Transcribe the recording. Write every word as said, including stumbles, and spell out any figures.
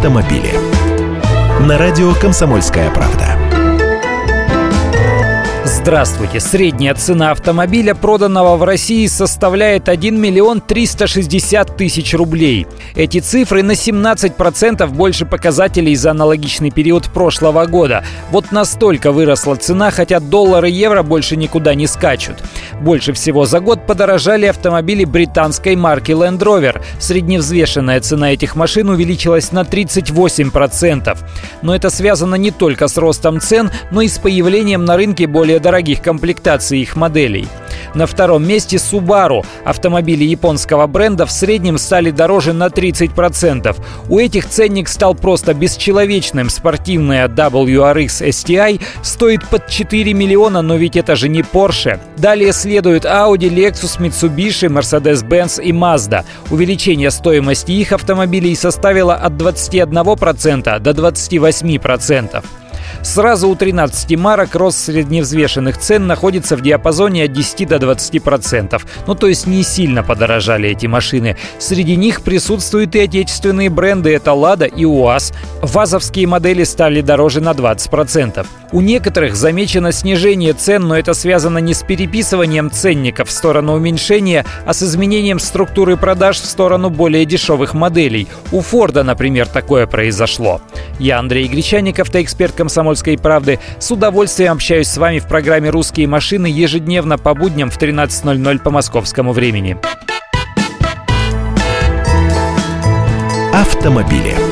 автомобили. На радио «Комсомольская правда». Здравствуйте. Средняя цена автомобиля, проданного в России, составляет один миллион триста шестьдесят тысяч рублей. Эти цифры на семнадцать процентов больше показателей за аналогичный период прошлого года. Вот настолько выросла цена, хотя доллар и евро больше никуда не скачут. Больше всего за год подорожали автомобили британской марки Land Rover. Средневзвешенная цена этих машин увеличилась на тридцать восемь процентов. Но это связано не только с ростом цен, но и с появлением на рынке более дорогих комплектаций их моделей. На втором месте Subaru. Автомобили японского бренда в среднем стали дороже на тридцать процентов. У этих ценник стал просто бесчеловечным. Спортивная дабл ю ар икс эс ти ай стоит под четыре миллиона, но ведь это же не Porsche. Далее следуют Audi, Lexus, Mitsubishi, Mercedes-Benz и Mazda. Увеличение стоимости их автомобилей составило от двадцати одного процента до двадцати восьми процентов. Сразу у тринадцати марок рост средневзвешенных цен находится в диапазоне от десяти до двадцати процентов. Ну, то есть не сильно подорожали эти машины. Среди них присутствуют и отечественные бренды — это «Лада» и УАЗ. ВАЗовские модели стали дороже на двадцать процентов. У некоторых замечено снижение цен, но это связано не с переписыванием ценников в сторону уменьшения, а с изменением структуры продаж в сторону более дешевых моделей. У Форда, например, такое произошло. Я Андрей Гречаник, автоэксперт «Комсомольской правды». С удовольствием общаюсь с вами в программе «Русские машины» ежедневно по будням в тринадцать ноль ноль по московскому времени. Автомобили.